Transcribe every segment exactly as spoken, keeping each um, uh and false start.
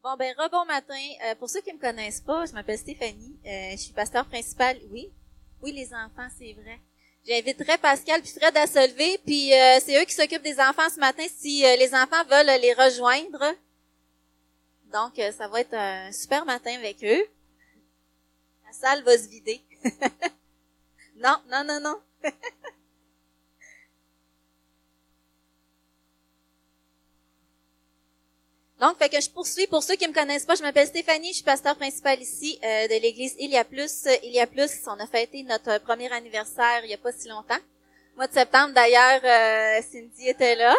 Bon, ben, rebon matin. Euh, pour ceux qui me connaissent pas, je m'appelle Stéphanie. Euh, je suis pasteur principal. Oui, oui, les enfants, c'est vrai. J'inviterai Pascal puis Fred à se lever, puis euh, c'est eux qui s'occupent des enfants ce matin si euh, les enfants veulent les rejoindre. Donc, euh, ça va être un super matin avec eux. La salle va se vider. non, non, non, non. Donc, fait que je poursuis. Pour ceux qui me connaissent pas, je m'appelle Stéphanie, je suis pasteur principal ici euh, de l'église Il y a plus. Il y a plus, on a fêté notre premier anniversaire il y a pas si longtemps. Mois de septembre, d'ailleurs, euh, Cindy était là.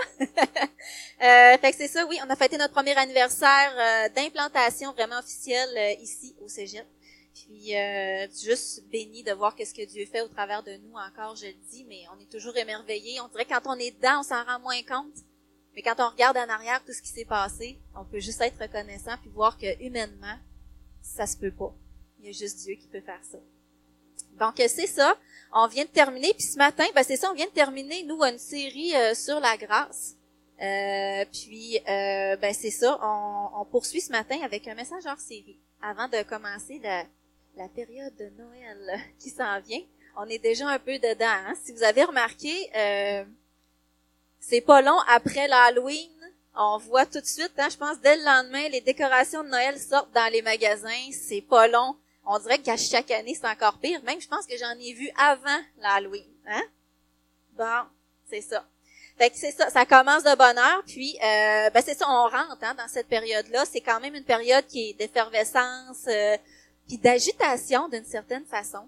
euh, fait que c'est ça, oui, on a fêté notre premier anniversaire euh, d'implantation vraiment officielle euh, ici au Cégep. Puis, euh, juste béni de voir qu'est-ce que Dieu fait au travers de nous encore, je le dis, mais on est toujours émerveillés. On dirait que quand on est dedans, on s'en rend moins compte. Mais quand on regarde en arrière tout ce qui s'est passé, on peut juste être reconnaissant puis voir que humainement, ça se peut pas. Il y a juste Dieu qui peut faire ça. Donc, c'est ça. On vient de terminer. Puis ce matin, ben c'est ça, on vient de terminer, nous, une série euh, sur la grâce. Euh, puis, euh, ben c'est ça, on, on poursuit ce matin avec un message hors série. Avant de commencer la, la période de Noël qui s'en vient, on est déjà un peu dedans. Hein? Si vous avez remarqué... Euh, C'est pas long après l'Halloween, on voit tout de suite, hein, je pense dès le lendemain, les décorations de Noël sortent dans les magasins, c'est pas long. On dirait qu'à chaque année, c'est encore pire. Même, je pense que j'en ai vu avant l'Halloween, hein. Bon, c'est ça. Fait que c'est ça, ça commence de bonne heure, puis euh, ben c'est ça, on rentre hein, dans cette période-là. C'est quand même une période qui est d'effervescence, euh, puis d'agitation d'une certaine façon.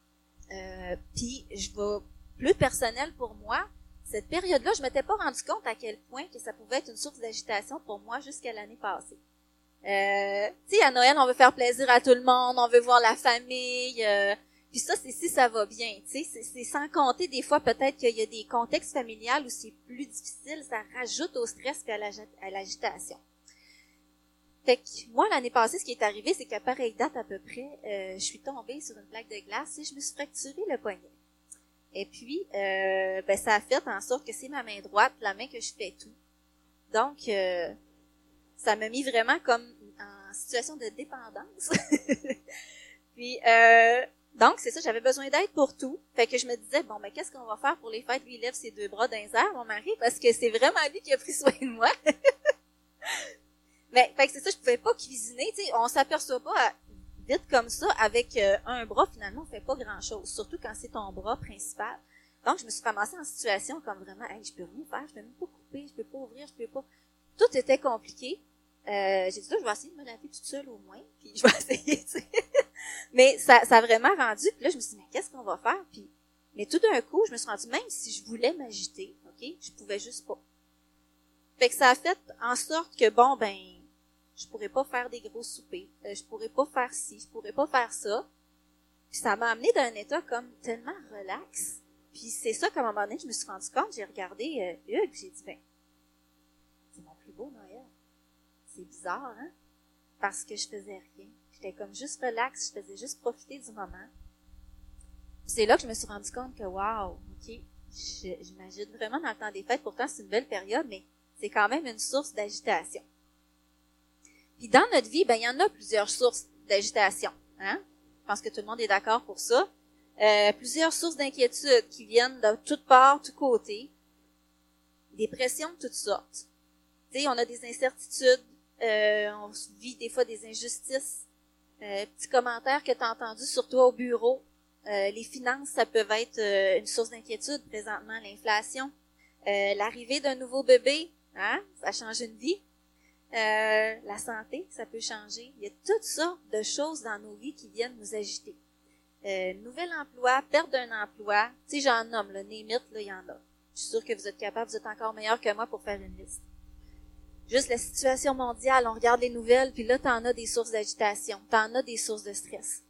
Euh, puis je vais plus personnel pour moi. Cette période-là, je m'étais pas rendu compte à quel point que ça pouvait être une source d'agitation pour moi jusqu'à l'année passée. Euh, tu sais, à Noël, on veut faire plaisir à tout le monde, on veut voir la famille, euh, puis ça, c'est si ça va bien, tu sais, c'est, c'est sans compter des fois peut-être qu'il y a des contextes familiales où c'est plus difficile, ça rajoute au stress et à, l'agi- à l'agitation. Fait que moi, l'année passée, ce qui est arrivé, c'est qu'à pareille date à peu près, euh, je suis tombée sur une plaque de glace et je me suis fracturé le poignet. Et puis, euh, ben, ça a fait en sorte que c'est ma main droite, la main que je fais tout. Donc, euh, ça m'a mis vraiment comme en situation de dépendance. Puis, euh, donc, c'est ça, j'avais besoin d'aide pour tout. Fait que je me disais, bon, ben, qu'est-ce qu'on va faire pour les fêtes? Lui, il lève ses deux bras dans les airs, mon mari, parce que c'est vraiment lui qui a pris soin de moi. Mais, fait que c'est ça, je pouvais pas cuisiner, tu sais, on s'aperçoit pas à, vite comme ça, avec euh, un bras, finalement, on fait pas grand-chose, surtout quand c'est ton bras principal. Donc, je me suis ramassée en situation comme vraiment, hey, je peux rien faire, je peux même pas couper, je peux pas ouvrir, je peux pas... Tout était compliqué. Euh, j'ai dit, là, je vais essayer de me laver toute seule au moins, puis je vais essayer, tu sais. Mais ça, ça a vraiment rendu, puis là, je me suis dit, mais qu'est-ce qu'on va faire? Puis, mais tout d'un coup, je me suis rendu, même si je voulais m'agiter, ok, je pouvais juste pas. Fait que ça a fait en sorte que, bon, ben, je pourrais pas faire des gros soupers, euh, je pourrais pas faire ci, je pourrais pas faire ça. Puis ça m'a amené dans un état comme tellement relax. Puis c'est ça qu'à un moment donné, je me suis rendu compte, j'ai regardé euh, Hugues, j'ai dit, ben, c'est mon plus beau Noël. C'est bizarre, hein? Parce que je faisais rien. J'étais comme juste relax, je faisais juste profiter du moment. Puis c'est là que je me suis rendu compte que, wow, ok, je, je m'agite vraiment dans le temps des fêtes. Pourtant, c'est une belle période, mais c'est quand même une source d'agitation. Puis dans notre vie, ben il y en a plusieurs sources d'agitation. Hein? Je pense que tout le monde est d'accord pour ça. Euh, plusieurs sources d'inquiétude qui viennent de toutes parts, tous côtés. Des pressions de toutes sortes. Tu sais, on a des incertitudes, euh, on vit des fois des injustices. Euh, petits commentaires que tu as entendus sur toi au bureau. Euh, les finances, ça peut être euh, une source d'inquiétude présentement, l'inflation. Euh, l'arrivée d'un nouveau bébé, hein? Ça change une vie. Euh, la santé, ça peut changer. Il y a toutes sortes de choses dans nos vies qui viennent nous agiter. Euh, nouvel emploi, perte d'un emploi, tu sais, j'en nomme, là, name it, là, il y en a. Je suis sûre que vous êtes capables, vous êtes encore meilleurs que moi pour faire une liste. Juste la situation mondiale, on regarde les nouvelles, puis là, t'en as des sources d'agitation, t'en as des sources de stress.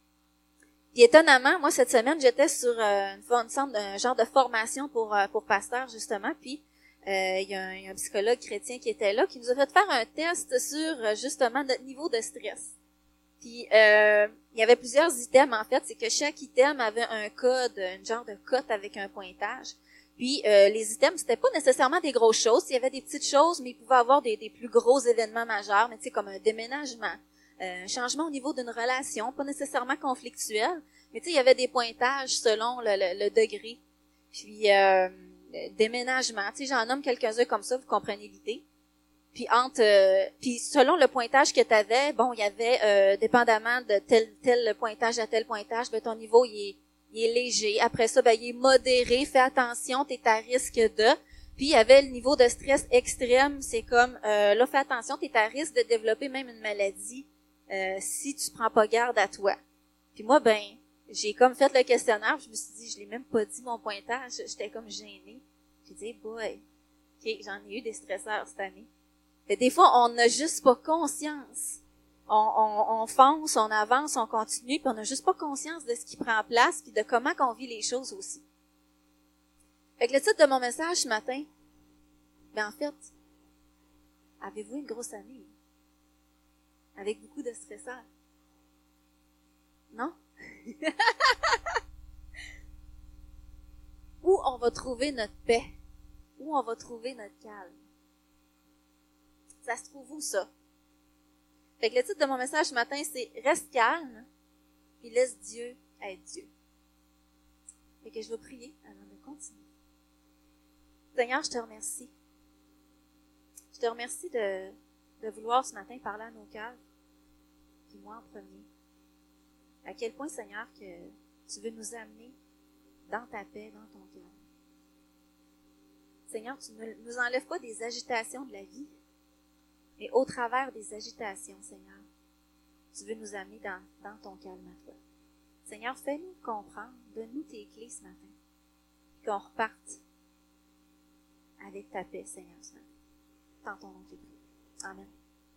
Puis étonnamment, moi, cette semaine, j'étais sur euh, une, une sorte d'un genre de formation pour, euh, pour pasteurs, justement, puis Euh, il y, a un, y a un psychologue chrétien qui était là, qui nous a fait faire un test sur, justement, notre niveau de stress. Puis, euh, il y avait plusieurs items, en fait. C'est que chaque item avait un code, un genre de cote avec un pointage. Puis euh, les items, c'était pas nécessairement des grosses choses. Il y avait des petites choses, mais il pouvait avoir des, des plus gros événements majeurs, mais tu sais, comme un déménagement, euh, un changement au niveau d'une relation, pas nécessairement conflictuel, mais tu sais, il y avait des pointages selon le, le, le degré. Puis euh, déménagement, tu sais, j'en nomme quelques-uns comme ça, vous comprenez l'idée. Puis entre, euh, puis selon le pointage que tu avais, bon, il y avait, euh, dépendamment de tel tel pointage à tel pointage, ben, ton niveau, il est, il est léger. Après ça, ben, il est modéré, fais attention, t'es à risque de. Puis il y avait le niveau de stress extrême, c'est comme, euh, là, fais attention, t'es à risque de développer même une maladie euh, si tu prends pas garde à toi. Puis moi, ben, j'ai comme fait le questionnaire, je me suis dit, je l'ai même pas dit mon pointage, j'étais comme gênée. J'ai dit, boy, ok, j'en ai eu des stresseurs cette année. Mais des fois, on n'a juste pas conscience. On, on, on fonce, on avance, on continue, puis on n'a juste pas conscience de ce qui prend place, puis de comment qu'on vit les choses aussi. Fait que le titre de mon message ce matin, ben en fait, avez-vous une grosse année? Avec beaucoup de stresseurs? Non? Où on va trouver notre paix? Où on va trouver notre calme? Ça se trouve où, ça? Fait que le titre de mon message ce matin, c'est « Reste calme, puis laisse Dieu être Dieu ». Fait que je vais prier avant de continuer. Seigneur, je te remercie. Je te remercie de, de vouloir ce matin parler à nos cœurs, puis moi en premier. À quel point, Seigneur, que tu veux nous amener dans ta paix, dans ton calme. Seigneur, tu ne nous enlèves pas des agitations de la vie, mais au travers des agitations, Seigneur, tu veux nous amener dans, dans ton calme à toi. Seigneur, fais-nous comprendre, donne-nous tes clés ce matin, et qu'on reparte avec ta paix, Seigneur, ce matin. Dans ton nom, je prie. Amen.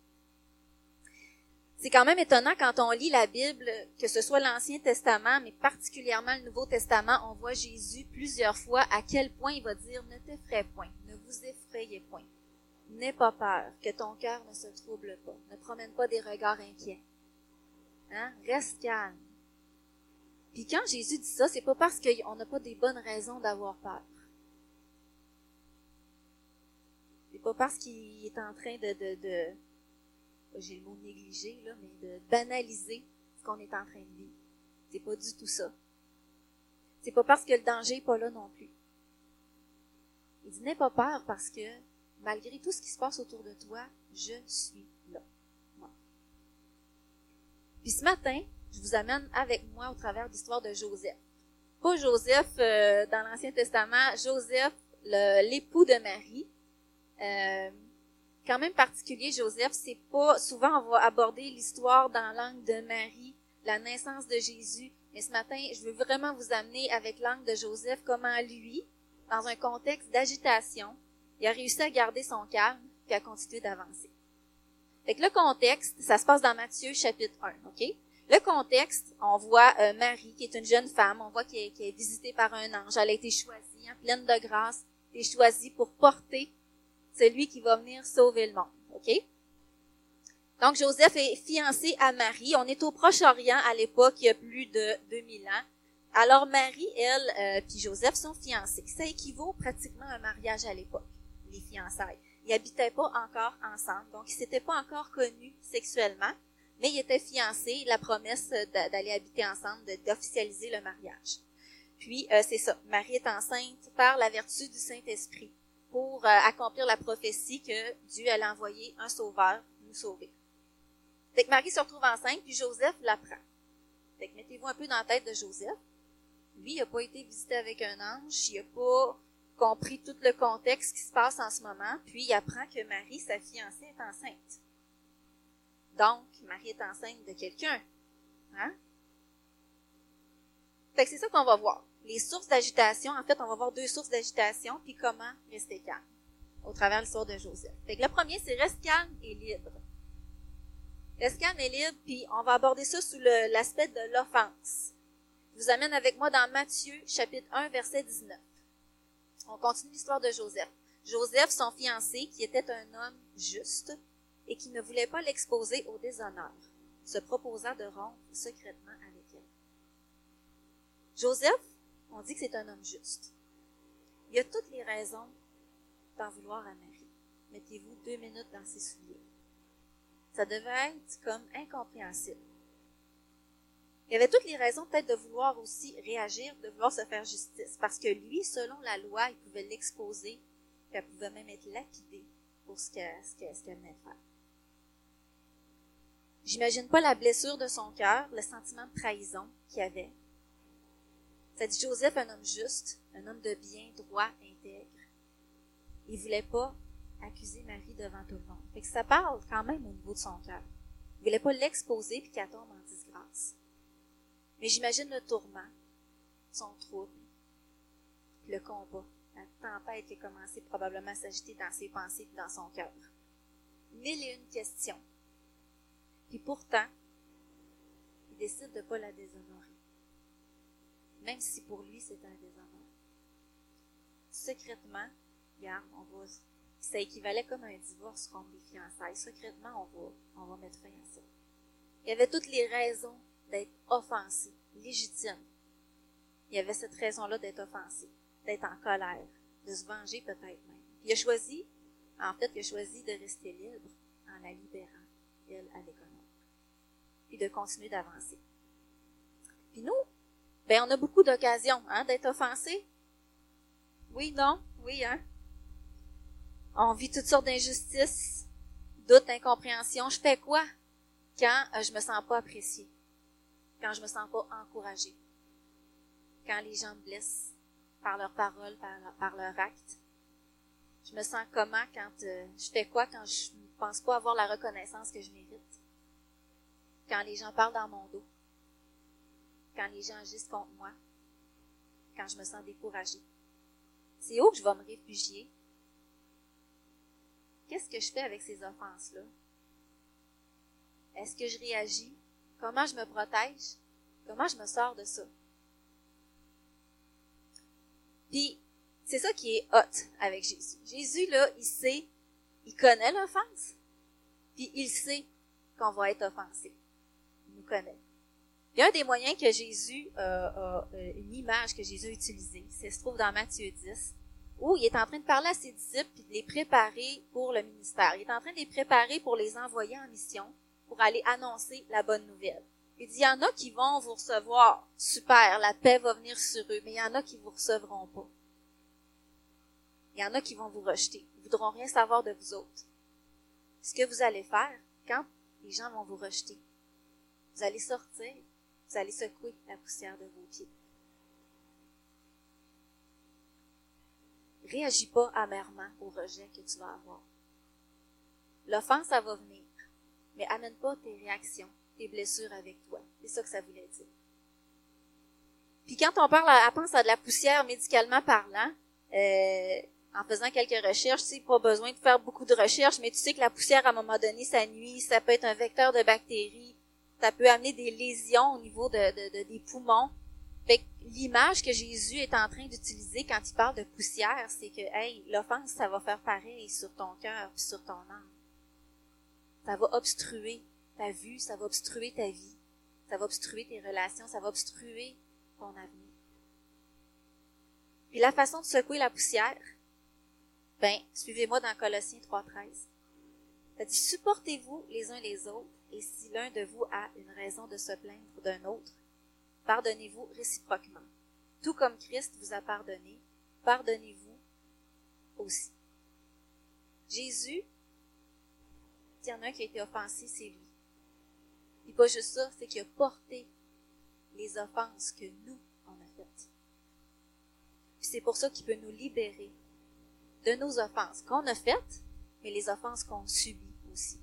C'est quand même étonnant quand on lit la Bible, que ce soit l'Ancien Testament, mais particulièrement le Nouveau Testament, on voit Jésus plusieurs fois à quel point il va dire « Ne t'effraie point, ne vous effrayez point. N'aie pas peur, que ton cœur ne se trouble pas. Ne promène pas des regards inquiets. Hein? Reste calme. » Puis quand Jésus dit ça, c'est pas parce qu'on n'a pas des bonnes raisons d'avoir peur. C'est pas parce qu'il est en train de, de, de j'ai le mot négliger, là, mais de banaliser ce qu'on est en train de vivre. C'est pas du tout ça. C'est pas parce que le danger n'est pas là non plus. Il dit, n'aie pas peur parce que malgré tout ce qui se passe autour de toi, je suis là. Moi. Puis ce matin, je vous amène avec moi au travers de l'histoire de Joseph. Pas Joseph euh, dans l'Ancien Testament, Joseph, le, l'époux de Marie. Euh, quand même particulier, Joseph, c'est pas, souvent on va aborder l'histoire dans l'angle de Marie, la naissance de Jésus, mais ce matin, je veux vraiment vous amener avec l'angle de Joseph, comment lui, dans un contexte d'agitation, il a réussi à garder son calme puis à continuer d'avancer. Fait que le contexte, ça se passe dans Matthieu chapitre un, ok? Le contexte, on voit euh, Marie, qui est une jeune femme, on voit qu'elle est, qu'elle est visitée par un ange, elle a été choisie, hein, pleine de grâce, elle est choisie pour porter celui qui va venir sauver le monde, ok? Donc, Joseph est fiancé à Marie. On est au Proche-Orient à l'époque, il y a plus de deux mille ans. Alors, Marie, elle, euh, puis Joseph sont fiancés. Ça équivaut pratiquement à un mariage à l'époque, les fiançailles. Ils habitaient pas encore ensemble, donc ils s'étaient pas encore connus sexuellement, mais ils étaient fiancés, la promesse d'aller habiter ensemble, d'officialiser le mariage. Puis, euh, c'est ça, Marie est enceinte par la vertu du Saint-Esprit pour euh, accomplir la prophétie que Dieu allait envoyer un sauveur nous sauver. Fait que Marie se retrouve enceinte, puis Joseph l'apprend. Fait que mettez-vous un peu dans la tête de Joseph. Lui, il n'a pas été visité avec un ange, il n'a pas compris tout le contexte qui se passe en ce moment, puis il apprend que Marie, sa fiancée, est enceinte. Donc, Marie est enceinte de quelqu'un. Hein? Fait que c'est ça qu'on va voir. Les sources d'agitation, en fait, on va voir deux sources d'agitation, puis comment rester calme au travers de l'histoire de Joseph. Fait que le premier, c'est reste calme et libre. Reste calme et libre, puis on va aborder ça sous le, l'aspect de l'offense. Je vous amène avec moi dans Matthieu, chapitre un, verset dix-neuf. On continue l'histoire de Joseph. Joseph, son fiancé, qui était un homme juste et qui ne voulait pas l'exposer au déshonneur, se proposa de rompre secrètement avec elle. Joseph, on dit que c'est un homme juste. Il y a toutes les raisons d'en vouloir à Marie. Mettez-vous deux minutes dans ses souliers. Ça devait être comme incompréhensible. Il y avait toutes les raisons peut-être de vouloir aussi réagir, de vouloir se faire justice. Parce que lui, selon la loi, il pouvait l'exposer, puis elle pouvait même être lapidée pour ce qu'elle, ce qu'elle, ce qu'elle venait de faire. J'imagine pas la blessure de son cœur, le sentiment de trahison qu'il avait. Ça dit Joseph, un homme juste, un homme de bien, droit, intègre. Il voulait pas accuser Marie devant tout le monde. Fait que ça parle quand même au niveau de son cœur. Il voulait pas l'exposer puis qu'elle tombe en disgrâce. Mais j'imagine le tourment, son trouble, le combat, la tempête qui a commencé probablement à s'agiter dans ses pensées et dans son cœur. Mille et une questions. Puis pourtant, il décide de ne pas la déshonorer. Même si pour lui, c'était un déshonneur. Secrètement, regarde, on va, ça équivalait comme un divorce contre les fiançailles. Secrètement, on va, on va mettre fin à ça. Il y avait toutes les raisons d'être offensé, légitime. Il y avait cette raison-là d'être offensé, d'être en colère, de se venger peut-être même. Il a choisi, en fait, il a choisi de rester libre en la libérant, elle, avec un autre. Puis de continuer d'avancer. Puis nous, ben on a beaucoup d'occasions hein, d'être offensés. Oui, non, oui, hein. On vit toutes sortes d'injustices, doutes, incompréhensions. Je fais quoi quand euh, je me sens pas appréciée? Quand je me sens pas encouragée, quand les gens me blessent par leurs paroles, par, leur, par leurs actes. Je me sens comment quand euh, je fais quoi quand je ne pense pas avoir la reconnaissance que je mérite. Quand les gens parlent dans mon dos, quand les gens agissent contre moi, quand je me sens découragée. C'est où que je vais me réfugier? Qu'est-ce que je fais avec ces offenses-là? Est-ce que je réagis? Comment je me protège? Comment je me sors de ça? Puis, c'est ça qui est hot avec Jésus. Jésus, là, il sait, il connaît l'offense, puis il sait qu'on va être offensé. Il nous connaît. Puis un des moyens que Jésus, euh, a, une image que Jésus a utilisée, ça se trouve dans Matthieu dix, où il est en train de parler à ses disciples et de les préparer pour le ministère. Il est en train de les préparer pour les envoyer en mission, pour aller annoncer la bonne nouvelle. Il dit, il y en a qui vont vous recevoir. Super, la paix va venir sur eux. Mais il y en a qui vous recevront pas. Il y en a qui vont vous rejeter. Ils ne voudront rien savoir de vous autres. Ce que vous allez faire, quand les gens vont vous rejeter, vous allez sortir, vous allez secouer la poussière de vos pieds. Réagis pas amèrement au rejet que tu vas avoir. L'offense, ça va venir. Mais amène pas tes réactions, tes blessures avec toi. C'est ça que ça voulait dire. Puis quand on parle, à, à pense à de la poussière médicalement parlant, euh, en faisant quelques recherches, tu sais, pas besoin de faire beaucoup de recherches, mais tu sais que la poussière, à un moment donné, ça nuit, ça peut être un vecteur de bactéries, ça peut amener des lésions au niveau de, de, de des poumons. Fait que l'image que Jésus est en train d'utiliser quand il parle de poussière, c'est que, hey, l'offense, ça va faire pareil sur ton cœur puis sur ton âme. Ça va obstruer ta vue, ça va obstruer ta vie, ça va obstruer tes relations, ça va obstruer ton avenir. Puis la façon de secouer la poussière, ben, suivez-moi dans Colossiens trois treize. Ça dit, supportez-vous les uns les autres, et si l'un de vous a une raison de se plaindre d'un autre, pardonnez-vous réciproquement. Tout comme Christ vous a pardonné, pardonnez-vous aussi. Jésus, s'il y en a un qui a été offensé, c'est lui. Et pas juste ça, c'est qu'il a porté les offenses que nous, on a faites. Puis c'est pour ça qu'il peut nous libérer de nos offenses qu'on a faites, mais les offenses qu'on subit aussi.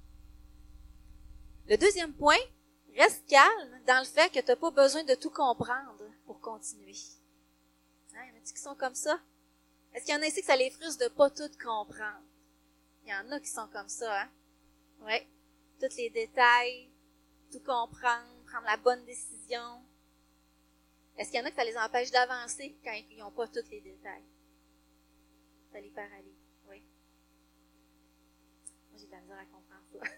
Le deuxième point, reste calme dans le fait que tu n'as pas besoin de tout comprendre pour continuer. Hein, il y en a qui sont comme ça? Est-ce qu'il y en a ici que ça les frustre de ne pas tout comprendre? Il y en a qui sont comme ça, hein? Oui. Tous les détails, tout comprendre, prendre la bonne décision. Est-ce qu'il y en a que ça les empêche d'avancer quand ils n'ont pas tous les détails? Ça les paralyse, oui. Moi, j'ai de la misère à comprendre ça.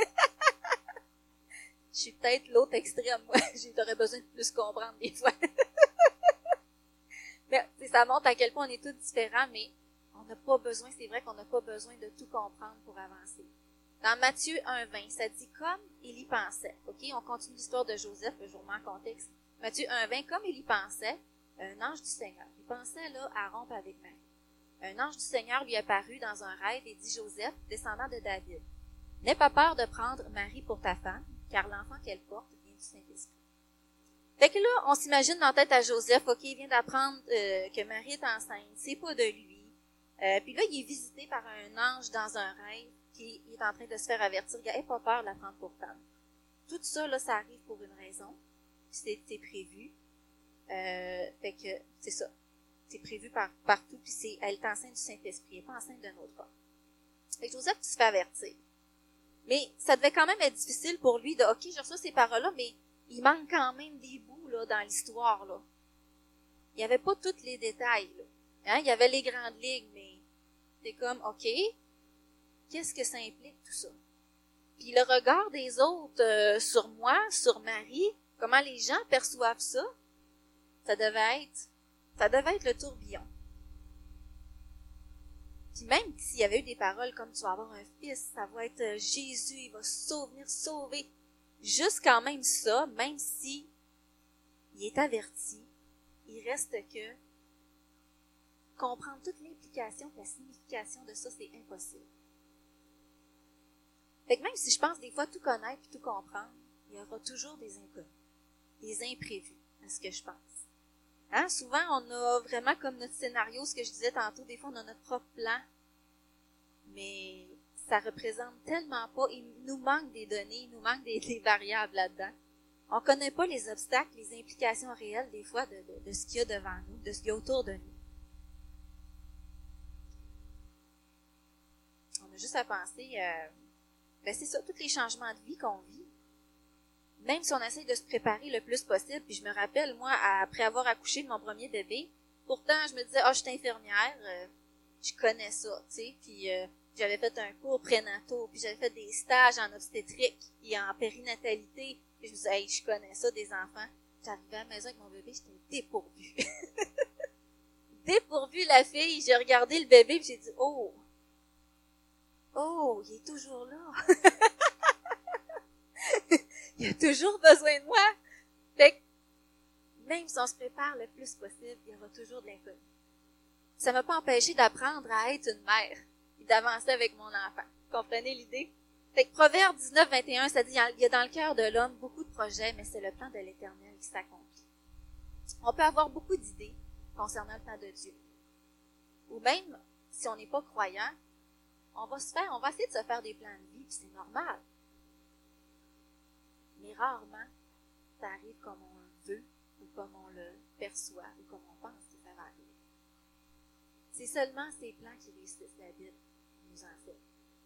Je suis peut-être l'autre extrême, moi. J'aurais besoin de plus comprendre des fois. Mais ça montre à quel point on est tous différents, mais on n'a pas besoin, c'est vrai qu'on n'a pas besoin de tout comprendre pour avancer. Dans Matthieu un vingt, ça dit comme il y pensait. OK, on continue l'histoire de Joseph, je vous remets en contexte. Matthieu un vingt, comme il y pensait, un ange du Seigneur. Il pensait là à rompre avec Marie. Un ange du Seigneur lui apparut dans un rêve et dit, Joseph, descendant de David, n'aie pas peur de prendre Marie pour ta femme, car l'enfant qu'elle porte vient du Saint-Esprit. Fait que là, on s'imagine dans la tête à Joseph, OK, il vient d'apprendre euh, que Marie est enceinte, c'est pas de lui. Euh, puis là, il est visité par un ange dans un rêve qui est en train de se faire avertir, il n'a pas peur de la prendre pour femme. Tout ça, là, ça arrive pour une raison, c'est, c'est prévu. Euh, fait que, c'est ça. C'est prévu par, partout, puis c'est, elle est enceinte du Saint-Esprit, elle n'est pas enceinte d'un autre homme. Fait que Joseph, tu se fais avertir. Mais ça devait quand même être difficile pour lui de, OK, je reçois ces paroles-là, mais il manque quand même des bouts, là, dans l'histoire, là. Il n'y avait pas tous les détails, là. Hein? Il y avait les grandes lignes, mais c'est comme, OK, qu'est-ce que ça implique, tout ça? Puis le regard des autres euh, sur moi, sur Marie, comment les gens perçoivent ça, ça devait être, ça devait être le tourbillon. Puis même s'il y avait eu des paroles comme tu vas avoir un fils, ça va être euh, Jésus, il va venir sauver. Juste quand même ça, même si il est averti, il reste que comprendre toute l'implication, la signification de ça, c'est impossible. Fait que même si je pense des fois tout connaître et tout comprendre, il y aura toujours des inconnus, des imprévus, à ce que je pense. Hein? Souvent, on a vraiment comme notre scénario, ce que je disais tantôt, des fois on a notre propre plan, mais ça représente tellement pas, il nous manque des données, il nous manque des, des variables là-dedans. On connaît pas les obstacles, les implications réelles des fois de, de, de ce qu'il y a devant nous, de ce qu'il y a autour de nous. On a juste à penser, euh, ben c'est ça, tous les changements de vie qu'on vit. Même si on essaie de se préparer le plus possible, puis je me rappelle, moi, après avoir accouché de mon premier bébé, pourtant, je me disais, ah, oh, je suis infirmière, euh, je connais ça, tu sais, puis euh, j'avais fait un cours prénatal, puis j'avais fait des stages en obstétrique et en périnatalité, puis je me disais, hey, je connais ça, des enfants. J'arrivais à la maison avec mon bébé, j'étais dépourvue. Dépourvue, la fille, j'ai regardé le bébé, puis j'ai dit, oh, oh, il est toujours là. Il a toujours besoin de moi. Fait que, même si on se prépare le plus possible, il y aura toujours de l'inconnu. Ça m'a pas empêché d'apprendre à être une mère et d'avancer avec mon enfant. Vous comprenez l'idée? Fait que Proverbe dix-neuf, vingt et un, ça dit, il y a dans le cœur de l'homme beaucoup de projets, mais c'est le plan de l'Éternel qui s'accomplit. On peut avoir beaucoup d'idées concernant le plan de Dieu. Ou même, si on n'est pas croyant, on va se faire, on va essayer de se faire des plans de vie, puis c'est normal. Mais rarement, ça arrive comme on le veut, ou comme on le perçoit, ou comme on pense que ça va arriver. C'est seulement ces plans qui réussissent, la Bible nous enseigne.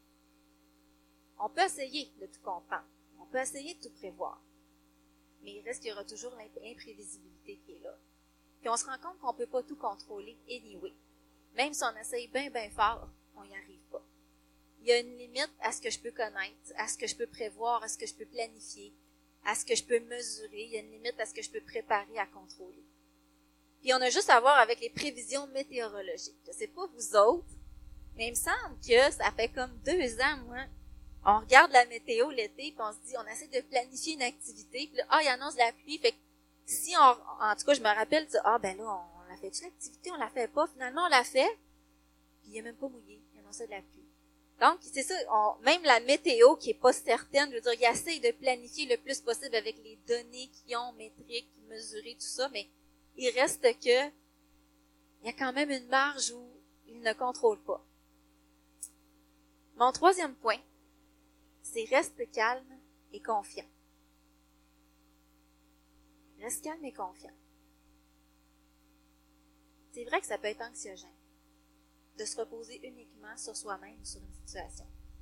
On peut essayer de tout comprendre, on peut essayer de tout prévoir, mais il reste qu'il y aura toujours l'imprévisibilité qui est là. Puis on se rend compte qu'on ne peut pas tout contrôler anyway. Même si on essaye bien, bien fort, on n'y arrive pas. Il y a une limite à ce que je peux connaître, à ce que je peux prévoir, à ce que je peux planifier, à ce que je peux mesurer. Il y a une limite à ce que je peux préparer à contrôler. Puis on a juste à voir avec les prévisions météorologiques. Je sais pas vous autres, mais il me semble que ça fait comme deux ans, moi, on regarde la météo l'été, puis on se dit, on essaie de planifier une activité, puis là, ah, il annonce la pluie, fait que si on, en tout cas, je me rappelle, ah, ben là, on, on l'a fait-tu l'activité, on la fait pas, finalement, on l'a fait, puis il a même pas mouillé, il annonçait de la pluie. Donc, c'est ça, on, même la météo qui est pas certaine, je veux dire, il essaie de planifier le plus possible avec les données qu'ils ont, métriques, mesurer tout ça, mais il reste que, il y a quand même une marge où il ne contrôle pas. Mon troisième point, c'est reste calme et confiant. Reste calme et confiant. C'est vrai que ça peut être anxiogène de se reposer uniquement sur soi-même ou sur une situation.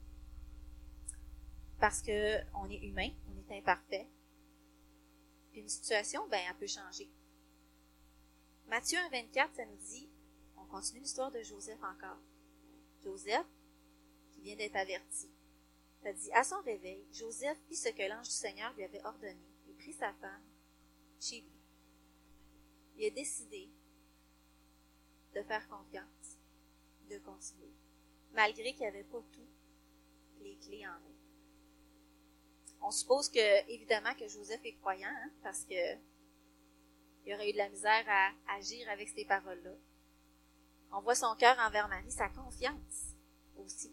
Parce que on est humain, on est imparfait. Puis une situation, ben, elle peut changer. Matthieu un vingt-quatre, ça nous dit, on continue l'histoire de Joseph encore. Joseph, qui vient d'être averti. Ça dit, à son réveil, Joseph fit ce que l'ange du Seigneur lui avait ordonné et prit sa femme chez lui. Il a décidé de faire confiance, de continuer, malgré qu'il n'y avait pas toutes les clés en main. On suppose que, évidemment, que Joseph est croyant, hein, parce que il aurait eu de la misère à agir avec ces paroles-là. On voit son cœur envers Marie, sa confiance aussi.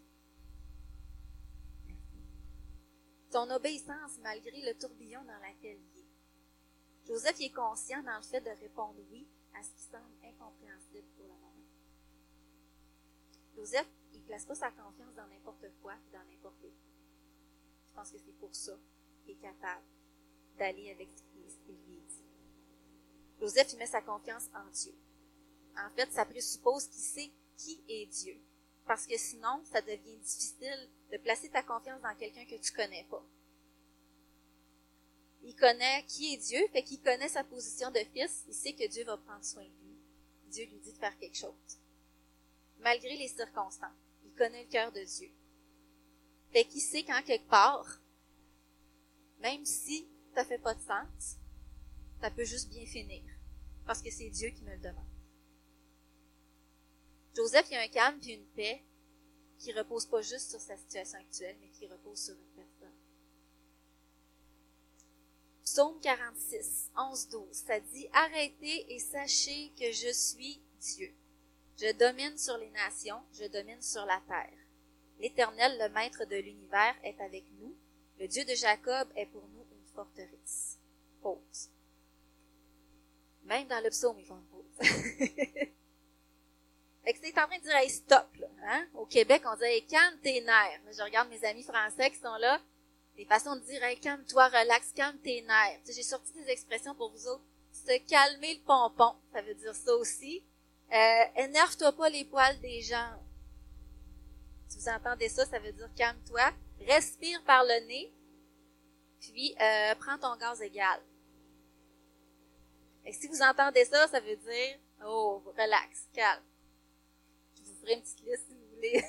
Son obéissance malgré le tourbillon dans lequel il est. Joseph il est conscient dans le fait de répondre oui à ce qui semble incompréhensible pour le moment. Joseph, il ne place pas sa confiance dans n'importe quoi, dans n'importe qui. Je pense que c'est pour ça qu'il est capable d'aller avec ce qu'il lui dit. Joseph, il met sa confiance en Dieu. En fait, ça présuppose qu'il sait qui est Dieu. Parce que sinon, ça devient difficile de placer ta confiance dans quelqu'un que tu connais pas. Il connaît qui est Dieu, fait qu'il connaît sa position de fils, il sait que Dieu va prendre soin de lui. Dieu lui dit de faire quelque chose. Malgré les circonstances, il connaît le cœur de Dieu. Fait qu'il sait qu'en quelque part, même si ça fait pas de sens, ça peut juste bien finir. Parce que c'est Dieu qui me le demande. Joseph, il a un calme et une paix qui repose pas juste sur sa situation actuelle, mais qui repose sur une personne. Psaume quarante-six, onze douze, ça dit « Arrêtez et sachez que je suis Dieu. Je domine sur les nations, je domine sur la terre. L'Éternel, le maître de l'univers, est avec nous. Le Dieu de Jacob est pour nous une forteresse. » Pause. Même dans le psaume, ils font une pause. Fait que c'est en train de dire, hey, stop, là, hein? Au Québec, on dit, hey, calme tes nerfs. Je regarde mes amis français qui sont là. Des façons de dire, hey, calme-toi, relax, calme tes nerfs. Tu sais, j'ai sorti des expressions pour vous autres. Se calmer le pompon, ça veut dire ça aussi. Euh, énerve-toi pas les poils des jambes. Si vous entendez ça, ça veut dire calme-toi. Respire par le nez. Puis, euh, prends ton gaz égal. Et si vous entendez ça, ça veut dire, oh, relax, calme. Je vous ferai une petite liste si vous voulez.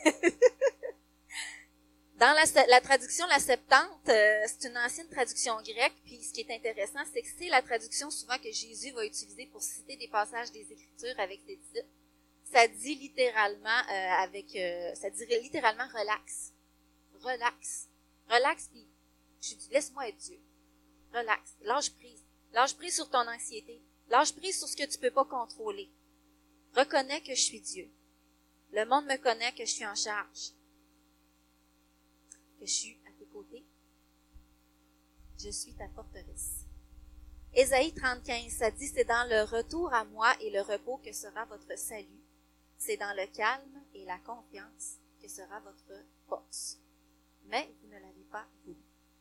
Dans la, la traduction, la Septante, euh, c'est une ancienne traduction grecque, puis ce qui est intéressant, c'est que c'est la traduction souvent que Jésus va utiliser pour citer des passages des Écritures avec ses disciples. Ça dit littéralement, euh, avec, euh, ça dit littéralement relax. Relax. Relax, puis je dis, laisse-moi être Dieu. Relax. Lâche prise. Lâche prise sur ton anxiété. Lâche prise sur ce que tu peux pas contrôler. Reconnais que je suis Dieu. Le monde me connaît que je suis en charge. Que je suis à tes côtés. Je suis ta forteresse. Ésaïe trente quinze, ça dit, c'est dans le retour à moi et le repos que sera votre salut. C'est dans le calme et la confiance que sera votre force. Mais vous ne l'avez pas voulu.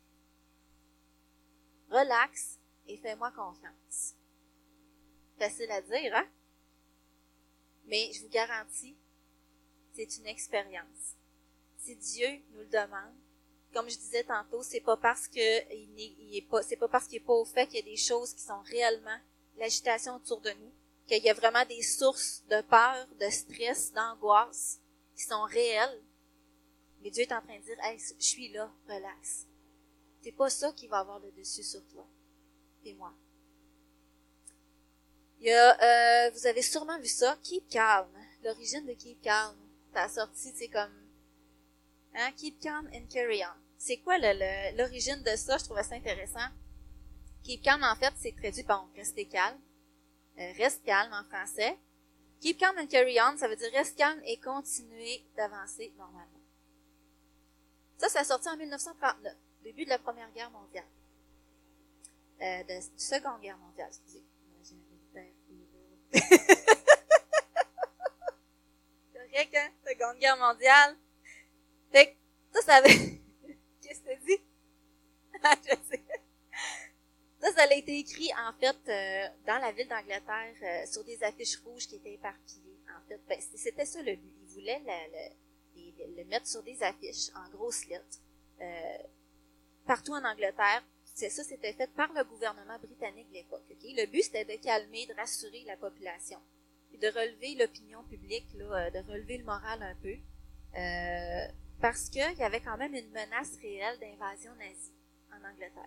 Relax et fais-moi confiance. Facile à dire, hein? Mais je vous garantis, c'est une expérience. Si Dieu nous le demande, comme je disais tantôt, c'est pas parce que il n'est, il est pas, c'est pas parce qu'il est pas au fait qu'il y a des choses qui sont réellement l'agitation autour de nous, qu'il y a vraiment des sources de peur, de stress, d'angoisse qui sont réelles. Mais Dieu est en train de dire, hey, je suis là, relax. C'est pas ça qui va avoir le dessus sur toi. C'est moi. Il y a, euh, vous avez sûrement vu ça, Keep Calm. L'origine de Keep Calm, ça a sorti, c'est comme, hein, Keep Calm and Carry On. C'est quoi le, le, l'origine de ça? Je trouvais ça intéressant. Keep Calm, en fait, c'est traduit par rester calme. Euh, reste calme en français. Keep Calm and Carry On, ça veut dire reste calme et continuer d'avancer normalement. Ça, ça a sorti en dix-neuf cent trente-neuf, début de la Première Guerre mondiale. Euh, de la Seconde Guerre mondiale, excusez. C'est correct, hein? Seconde Guerre mondiale. Fait que, ça, ça avait... Qu'est-ce que tu dis? Ah, je sais. Ça, ça a été écrit, en fait, euh, dans la ville d'Angleterre, euh, sur des affiches rouges qui étaient éparpillées. En fait, ben, c'était ça le but. Ils voulaient le, le, le, le mettre sur des affiches en grosses lettres. Euh, partout en Angleterre. C'est ça, c'était fait par le gouvernement britannique de l'époque. Okay? Le but, c'était de calmer, de rassurer la population, et de relever l'opinion publique, là, de relever le moral un peu, euh, parce qu'il y avait quand même une menace réelle d'invasion nazie en Angleterre.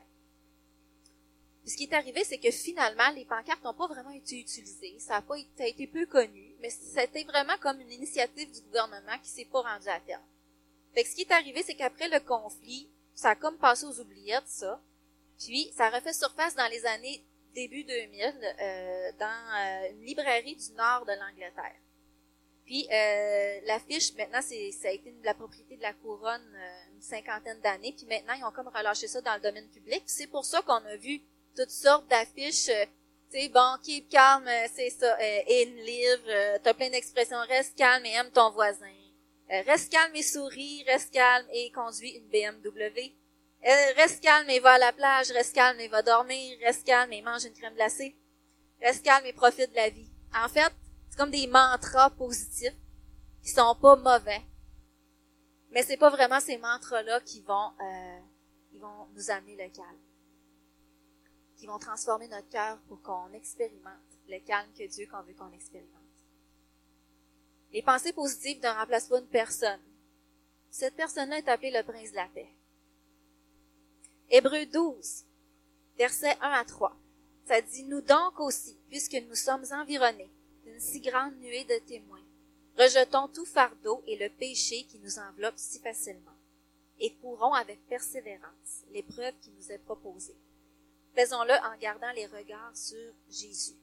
Puis ce qui est arrivé, c'est que finalement, les pancartes n'ont pas vraiment été utilisées. Ça a, pas, ça a été peu connu. mais c'était vraiment comme une initiative du gouvernement qui s'est pas rendue à terme. Fait que ce qui est arrivé, c'est qu'après le conflit, ça a comme passé aux oubliettes, ça. Puis, ça a refait surface dans les années début deux mille, euh, dans euh, une librairie du nord de l'Angleterre. Puis, euh, l'affiche, maintenant, c'est, ça a été de la propriété de la couronne euh, une cinquantaine d'années. Puis maintenant, ils ont comme relâché ça dans le domaine public. Puis c'est pour ça qu'on a vu toutes sortes d'affiches, euh, tu sais, bon, keep calm, euh, c'est ça, euh, in live, euh, t'as plein d'expressions, reste calme et aime ton voisin. Euh, reste calme et souris, reste calme et conduis une B M W. Euh, reste calme et va à la plage, reste calme et va dormir, reste calme et mange une crème glacée. Reste calme et profite de la vie. En fait, c'est comme des mantras positifs qui sont pas mauvais. Mais c'est pas vraiment ces mantras-là qui vont, euh, qui vont nous amener le calme. Qui vont transformer notre cœur pour qu'on expérimente le calme que Dieu qu'on veut qu'on expérimente. Les pensées positives ne remplacent pas une personne. Cette personne-là est appelée le prince de la paix. Hébreux douze, versets un à trois. Ça dit, nous donc aussi, puisque nous sommes environnés d'une si grande nuée de témoins, rejetons tout fardeau et le péché qui nous enveloppe si facilement, et courons avec persévérance l'épreuve qui nous est proposée. Faisons-le en gardant les regards sur Jésus.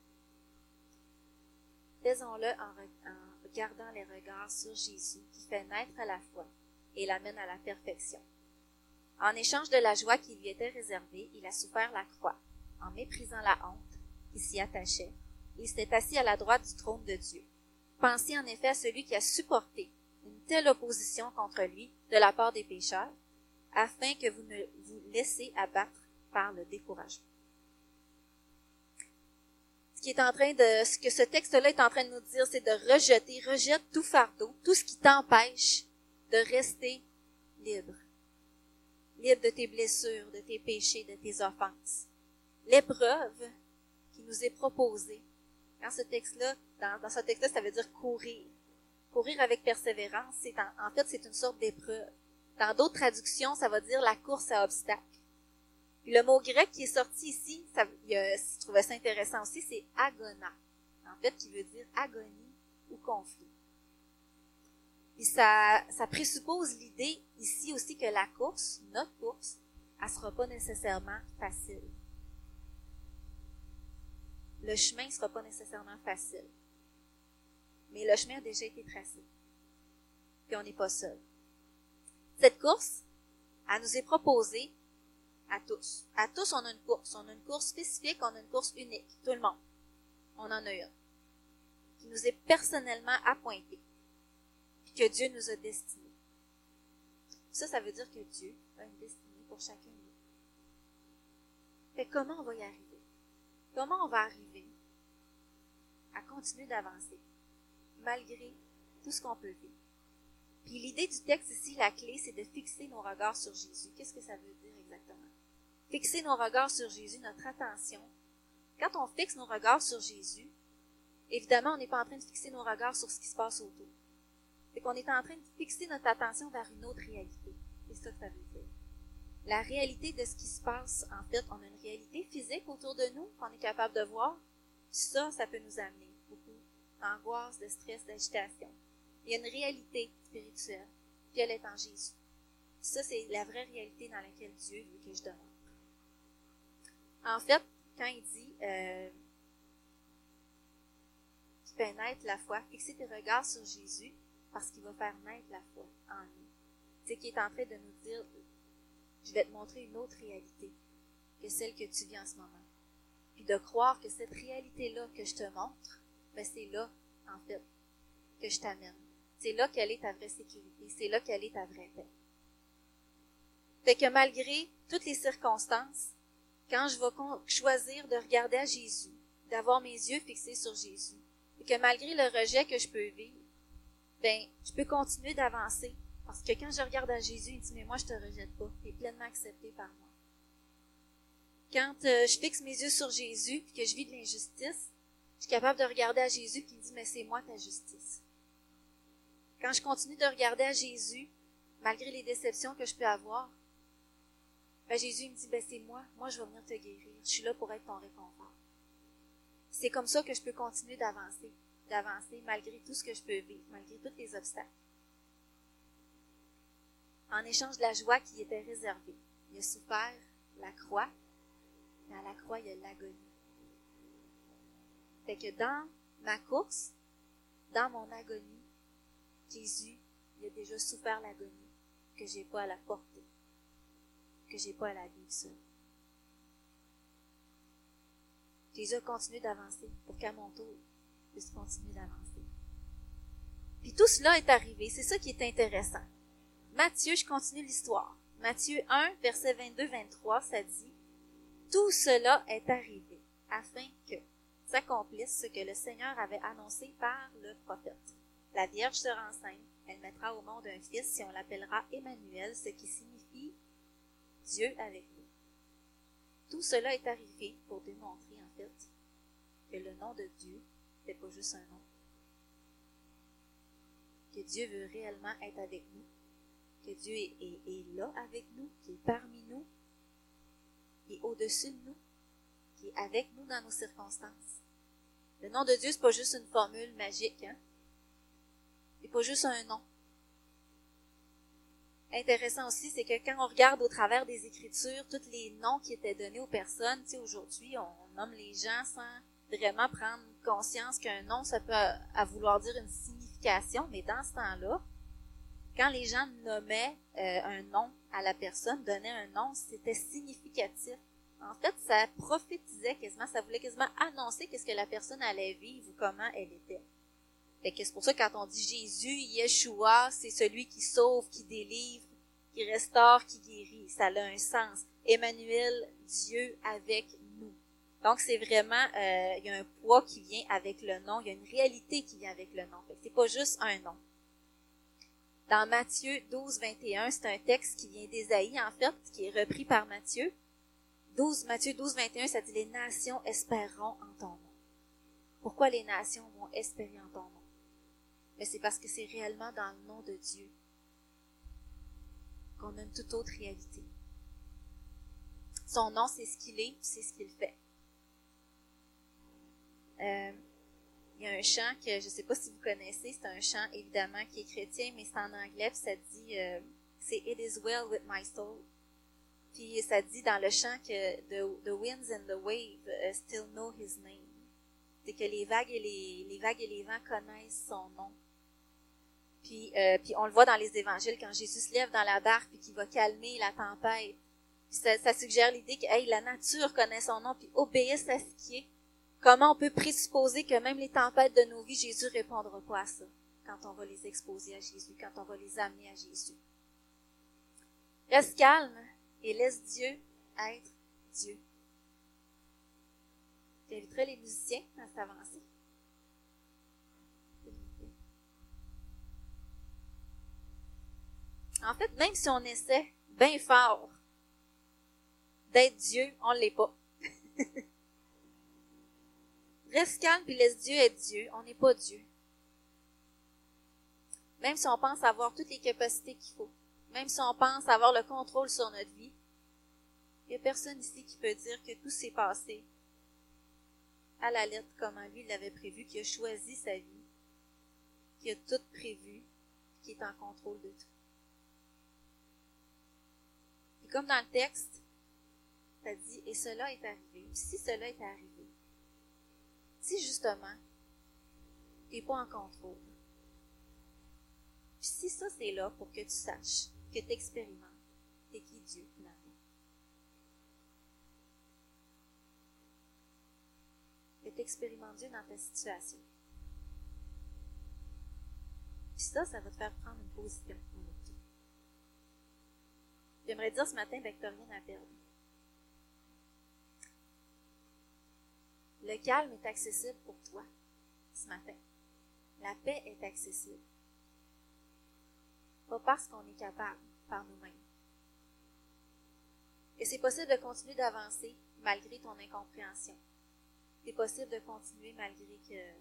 Faisons-le en, re- en gardant les regards sur Jésus qui fait naître à la foi et l'amène à la perfection. En échange de la joie qui lui était réservée, il a souffert la croix, en méprisant la honte qui s'y attachait. Il s'est assis à la droite du trône de Dieu. Pensez en effet à celui qui a supporté une telle opposition contre lui de la part des pécheurs, afin que vous ne vous laissez abattre par le découragement. Ce qui est en train de, ce que ce texte-là est en train de nous dire, c'est de rejeter, rejette tout fardeau, tout ce qui t'empêche de rester libre. Libre de tes blessures, de tes péchés, de tes offenses. L'épreuve qui nous est proposée. Dans ce texte-là, dans, dans ce texte-là, ça veut dire courir. Courir avec persévérance, c'est en, en fait, c'est une sorte d'épreuve. Dans d'autres traductions, ça va dire la course à obstacles. Puis le mot grec qui est sorti ici, ça, il a, je trouvais ça intéressant aussi, c'est agona. En fait, qui veut dire agonie ou conflit. Puis ça, ça présuppose l'idée ici aussi que la course, notre course, elle sera pas nécessairement facile. Le chemin sera pas nécessairement facile. Mais le chemin a déjà été tracé. Puis on n'est pas seul. Cette course, elle nous est proposée à tous. À tous, on a une course. On a une course spécifique, on a une course unique. Tout le monde. On en a une. Qui nous est personnellement appointée. Puis que Dieu nous a destinée. Ça, ça veut dire que Dieu a une destinée pour chacun de nous. Fait comment on va y arriver? Comment on va arriver à continuer d'avancer, malgré tout ce qu'on peut vivre? Puis l'idée du texte ici, la clé, c'est de fixer nos regards sur Jésus. Qu'est-ce que ça veut dire exactement? Fixer nos regards sur Jésus, notre attention. Quand on fixe nos regards sur Jésus, évidemment, on n'est pas en train de fixer nos regards sur ce qui se passe autour. C'est qu'on est en train de fixer notre attention vers une autre réalité. C'est ça que ça veut dire. La réalité de ce qui se passe, en fait, on a une réalité physique autour de nous qu'on est capable de voir. Ça, ça peut nous amener beaucoup d'angoisse, de stress, d'agitation. Il y a une réalité spirituelle, puis elle est en Jésus. Ça, c'est la vraie réalité dans laquelle Dieu veut que je demeure. En fait, quand il dit euh, qu'il fait naître la foi, fixer tes regards sur Jésus parce qu'il va faire naître la foi en nous. C'est qu'il est en train de nous dire, je vais te montrer une autre réalité que celle que tu vis en ce moment. Puis de croire que cette réalité-là que je te montre, ben c'est là, en fait, que je t'amène. C'est là qu'elle est ta vraie sécurité. C'est là qu'elle est ta vraie paix. Fait que malgré toutes les circonstances, quand je vais choisir de regarder à Jésus, d'avoir mes yeux fixés sur Jésus, et que malgré le rejet que je peux vivre, ben, je peux continuer d'avancer. Parce que quand je regarde à Jésus, il dit, mais moi, je te rejette pas. Tu es pleinement accepté par moi. Quand euh, je fixe mes yeux sur Jésus, puis que je vis de l'injustice, je suis capable de regarder à Jésus qui me dit, mais c'est moi ta justice. Quand je continue de regarder à Jésus, malgré les déceptions que je peux avoir, ben Jésus me dit, ben c'est moi, moi je vais venir te guérir. Je suis là pour être ton réconfort. C'est comme ça que je peux continuer d'avancer. d'avancer malgré tout ce que je peux vivre, malgré tous les obstacles. En échange de la joie qui était réservée, il a souffert la croix, mais à la croix, il y a l'agonie. Fait que dans ma course, dans mon agonie, Jésus, il a déjà souffert l'agonie que j'ai pas à la porter, que j'ai pas à la vivre seule. Jésus a continué d'avancer pour qu'à mon tour, je puisse continuer d'avancer. Puis tout cela est arrivé, c'est ça qui est intéressant. Matthieu, je continue l'histoire. Matthieu un, versets vingt-deux vingt-trois, ça dit « Tout cela est arrivé afin que s'accomplisse ce que le Seigneur avait annoncé par le prophète. La Vierge sera enceinte, elle mettra au monde un fils et on l'appellera Emmanuel, ce qui signifie Dieu avec nous. » Tout cela est arrivé pour démontrer en fait que le nom de Dieu n'est pas juste un nom. Que Dieu veut réellement être avec nous. Que Dieu est, est, est là avec nous, qui est parmi nous, qui est au-dessus de nous, qui est avec nous dans nos circonstances. Le nom de Dieu, c'est pas juste une formule magique, hein? C'est pas juste un nom. Intéressant aussi, c'est que quand on regarde au travers des Écritures, tous les noms qui étaient donnés aux personnes, tu sais, aujourd'hui, on nomme les gens sans vraiment prendre conscience qu'un nom, ça peut à, à vouloir dire une signification, mais dans ce temps-là, quand les gens nommaient euh, un nom à la personne, donnaient un nom, c'était significatif. En fait, ça prophétisait quasiment, ça voulait quasiment annoncer qu'est-ce que la personne allait vivre ou comment elle était. Fait que c'est pour ça que quand on dit Jésus, Yeshua, c'est celui qui sauve, qui délivre, qui restaure, qui guérit. Ça a un sens. Emmanuel, Dieu avec nous. Donc c'est vraiment, euh, il y a un poids qui vient avec le nom, il y a une réalité qui vient avec le nom. Fait que c'est pas juste un nom. Dans Matthieu douze, vingt et un, c'est un texte qui vient d'Ésaïe, en fait, qui est repris par Matthieu. douze, Matthieu douze, vingt et un, ça dit « Les nations espéreront en ton nom ». Pourquoi les nations vont espérer en ton nom? Mais c'est parce que c'est réellement dans le nom de Dieu qu'on a une toute autre réalité. Son nom, c'est ce qu'il est, c'est ce qu'il fait. Euh, Il y a un chant que je ne sais pas si vous connaissez, c'est un chant évidemment qui est chrétien, mais c'est en anglais, puis ça dit, euh, c'est « It is well with my soul ». Puis ça dit dans le chant que « The, the winds and the waves uh, still know his name ». C'est que les vagues et les, les vagues et les vents connaissent son nom. Puis, euh, puis on le voit dans les évangiles, quand Jésus se lève dans la barque, puis qu'il va calmer la tempête. Puis ça, ça suggère l'idée que hey, la nature connaît son nom, puis obéisse à ce qui est. Comment on peut présupposer que même les tempêtes de nos vies, Jésus ne répondra pas à ça quand on va les exposer à Jésus, quand on va les amener à Jésus. Reste calme et laisse Dieu être Dieu. J'inviterai les musiciens à s'avancer. En fait, même si on essaie bien fort d'être Dieu, on ne l'est pas. Reste calme et laisse Dieu être Dieu. On n'est pas Dieu. Même si on pense avoir toutes les capacités qu'il faut, même si on pense avoir le contrôle sur notre vie, il n'y a personne ici qui peut dire que tout s'est passé à la lettre comme lui l'avait prévu, qui a choisi sa vie, qui a tout prévu, qui est en contrôle de tout. Et comme dans le texte, ça dit « Et cela est arrivé ». Si cela est arrivé, si justement, tu n'es pas en contrôle, puis si ça c'est là pour que tu saches, que tu expérimentes, t'es qui Dieu finalement. Que tu expérimentes Dieu dans ta situation. Puis ça, ça va te faire prendre une position pour le tout. J'aimerais dire ce matin, ben, que tu n'as rien à perdre. Le calme est accessible pour toi ce matin. La paix est accessible. Pas parce qu'on est capable par nous-mêmes. Et c'est possible de continuer d'avancer malgré ton incompréhension. C'est possible de continuer malgré que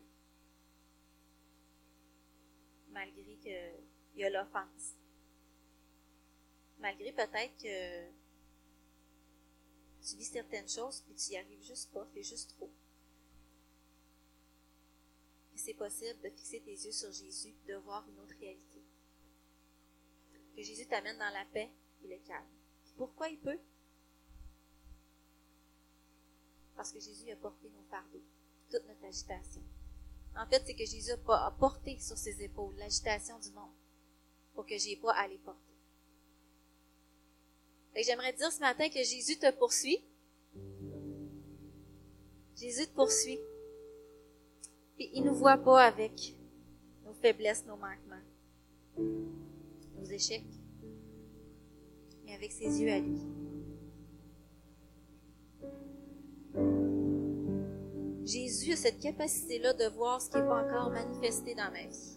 malgré que il y a l'offense. Malgré peut-être que tu vis certaines choses puis tu y arrives juste pas, c'est juste trop. c'est possible de fixer tes yeux sur Jésus et de voir une autre réalité. Que Jésus t'amène dans la paix et le calme. Pourquoi il peut? Parce que Jésus a porté nos fardeaux, toute notre agitation. En fait, c'est que Jésus a porté sur ses épaules l'agitation du monde pour que je n'ai pas à les porter. Et j'aimerais dire ce matin que Jésus te poursuit. Jésus te poursuit. Et il ne nous voit pas avec nos faiblesses, nos manquements, nos échecs, mais avec ses yeux à lui. Jésus a cette capacité-là de voir ce qui n'est pas encore manifesté dans ma vie.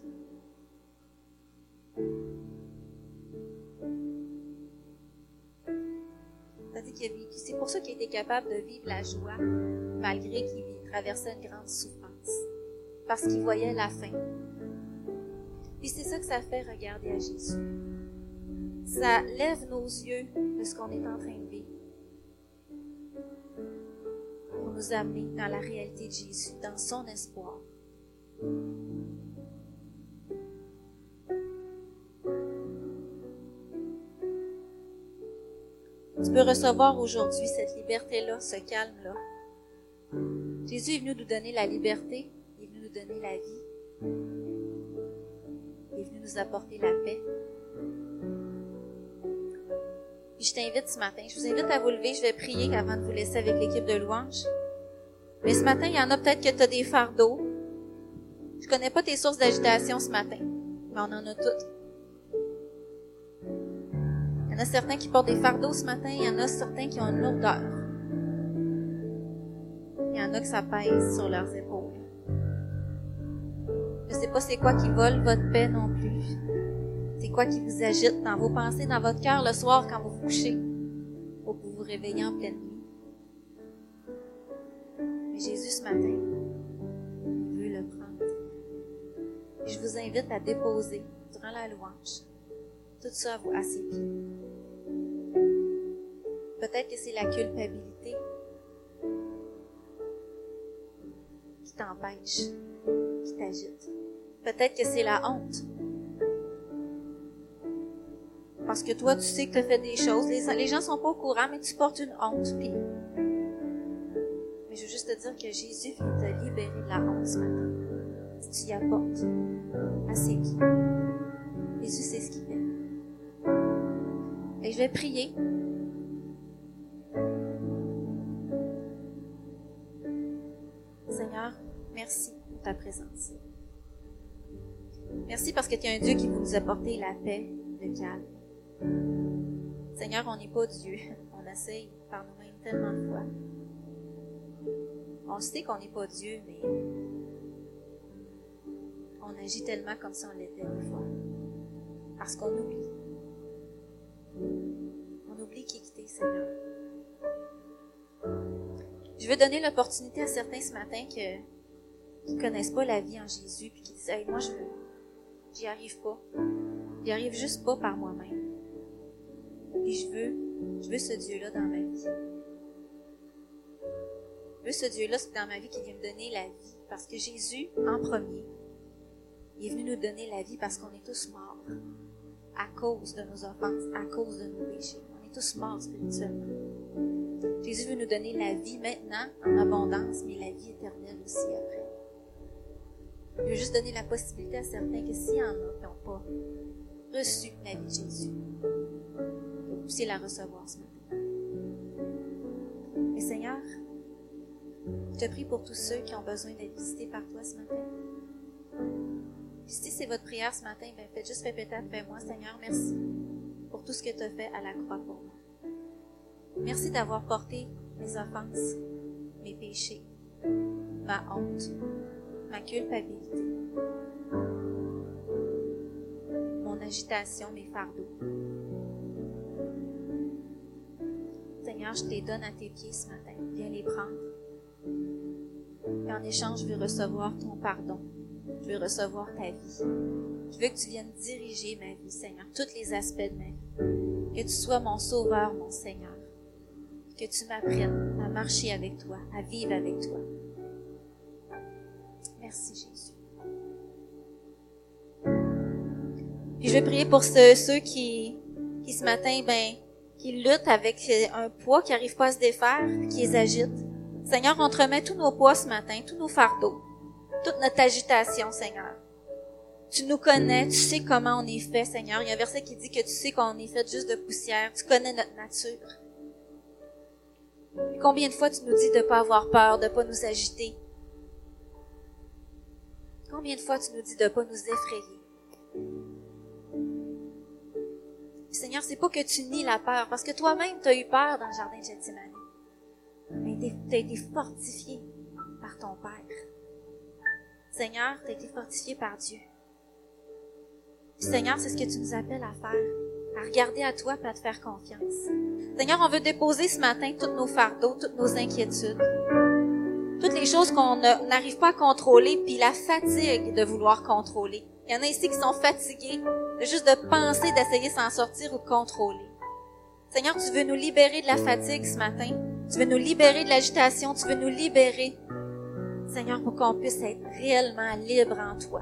C'est-à-dire qu'il a vécu. C'est pour ça qu'il a été capable de vivre la joie, malgré qu'il traversait une grande souffrance. Parce qu'il voyait la fin. Puis c'est ça que ça fait regarder à Jésus. Ça lève nos yeux de ce qu'on est en train de vivre. Pour nous amener dans la réalité de Jésus, dans son espoir. Tu peux recevoir aujourd'hui cette liberté-là, ce calme-là. Jésus est venu nous donner la liberté, il est venu nous donner la vie, il est venu nous apporter la paix. Puis je t'invite ce matin, je vous invite à vous lever, je vais prier avant de vous laisser avec l'équipe de louanges. Mais ce matin, il y en a peut-être que tu as des fardeaux. Je connais pas tes sources d'agitation ce matin, mais on en a toutes. Il y en a certains qui portent des fardeaux ce matin, il y en a certains qui ont une lourdeur. Il y en a que ça pèse sur leurs épaules. Je ne sais pas c'est quoi qui vole votre paix non plus. C'est quoi qui vous agite dans vos pensées, dans votre cœur le soir quand vous vous couchez, ou pour vous réveiller en pleine nuit. Mais Jésus ce matin, il veut le prendre. Et je vous invite à déposer, durant la louange, tout ça à, vous, à ses pieds. Peut-être que c'est la culpabilité qui t'empêche, qui t'agite. Peut-être que c'est la honte. Parce que toi, tu sais que tu as fait des choses. Les, les gens sont pas au courant, mais tu portes une honte. Puis... Mais je veux juste te dire que Jésus vient te libérer de la honte ce matin. Si tu y apportes à ses pieds. Jésus sait ce qu'il fait. Et je vais prier. Seigneur, merci pour ta présence. Merci parce que tu es un Dieu qui veut nous apporter la paix, le calme. Seigneur, on n'est pas Dieu. On essaye par nous-mêmes tellement de fois. On sait qu'on n'est pas Dieu, mais on agit tellement comme si on l'était des fois. Parce qu'on oublie. On oublie qui t'es, Seigneur. Je veux donner l'opportunité à certains ce matin que, qui ne connaissent pas la vie en Jésus puis qui disent hey, « moi, je veux, j'y arrive pas. J'y arrive juste pas par moi-même. Puis je veux, je veux ce Dieu-là dans ma vie. Je veux ce Dieu-là dans ma vie qui vient me donner la vie. Parce que Jésus, en premier, il est venu nous donner la vie parce qu'on est tous morts à cause de nos offenses, à cause de nos péchés. On est tous morts spirituellement. Jésus veut nous donner la vie maintenant en abondance, mais la vie éternelle aussi après. Il veut juste donner la possibilité à certains que s'il y en a qui n'ont pas reçu la vie de Jésus, que vous puissiez la recevoir ce matin. Et Seigneur, je te prie pour tous ceux qui ont besoin d'être visités par toi ce matin. Puis si c'est votre prière ce matin, ben faites juste répéter après moi, Seigneur, merci pour tout ce que tu as fait à la croix pour moi. Merci d'avoir porté mes offenses, mes péchés, ma honte, ma culpabilité, mon agitation, mes fardeaux. Seigneur, je te les donne à tes pieds ce matin. Viens les prendre. Et en échange, je veux recevoir ton pardon. Je veux recevoir ta vie. Je veux que tu viennes diriger ma vie, Seigneur, tous les aspects de ma vie. Que tu sois mon sauveur, mon Seigneur. Que tu m'apprennes à marcher avec toi, à vivre avec toi. Merci, Jésus. Puis je vais prier pour ceux, ceux qui, qui ce matin, ben, qui luttent avec un poids qui n'arrive pas à se défaire, qui les agite. Seigneur, on te remet tous nos poids ce matin, tous nos fardeaux, toute notre agitation, Seigneur. Tu nous connais, tu sais comment on est fait, Seigneur. Il y a un verset qui dit que tu sais qu'on est fait juste de poussière. Tu connais notre nature. Et combien de fois tu nous dis de ne pas avoir peur, de ne pas nous agiter? Combien de fois tu nous dis de ne pas nous effrayer? Seigneur, c'est pas que tu nies la peur, parce que toi-même, tu as eu peur dans le jardin de Gethsémani. Mais tu as été fortifié par ton Père. Seigneur, tu as été fortifié par Dieu. Puis, Seigneur, c'est ce que tu nous appelles à faire, à regarder à toi et à te faire confiance. Seigneur, on veut déposer ce matin tous nos fardeaux, toutes nos inquiétudes, toutes les choses qu'on n'arrive pas à contrôler, puis la fatigue de vouloir contrôler. Il y en a ici qui sont fatigués de juste de penser d'essayer de s'en sortir ou de contrôler. Seigneur, tu veux nous libérer de la fatigue ce matin. Tu veux nous libérer de l'agitation. Tu veux nous libérer, Seigneur, pour qu'on puisse être réellement libre en toi.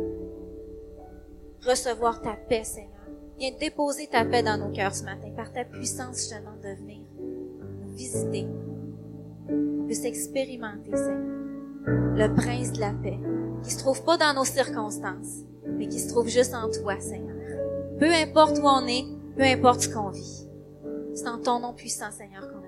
Recevoir ta paix, Seigneur. Viens déposer ta paix dans nos cœurs ce matin. Par ta puissance, je te demande de venir nous visiter. On puisse expérimenter, Seigneur, le prince de la paix, qui se trouve pas dans nos circonstances, mais qui se trouve juste en toi, Seigneur. Peu importe où on est, peu importe ce qu'on vit. C'est en ton nom puissant, Seigneur, qu'on a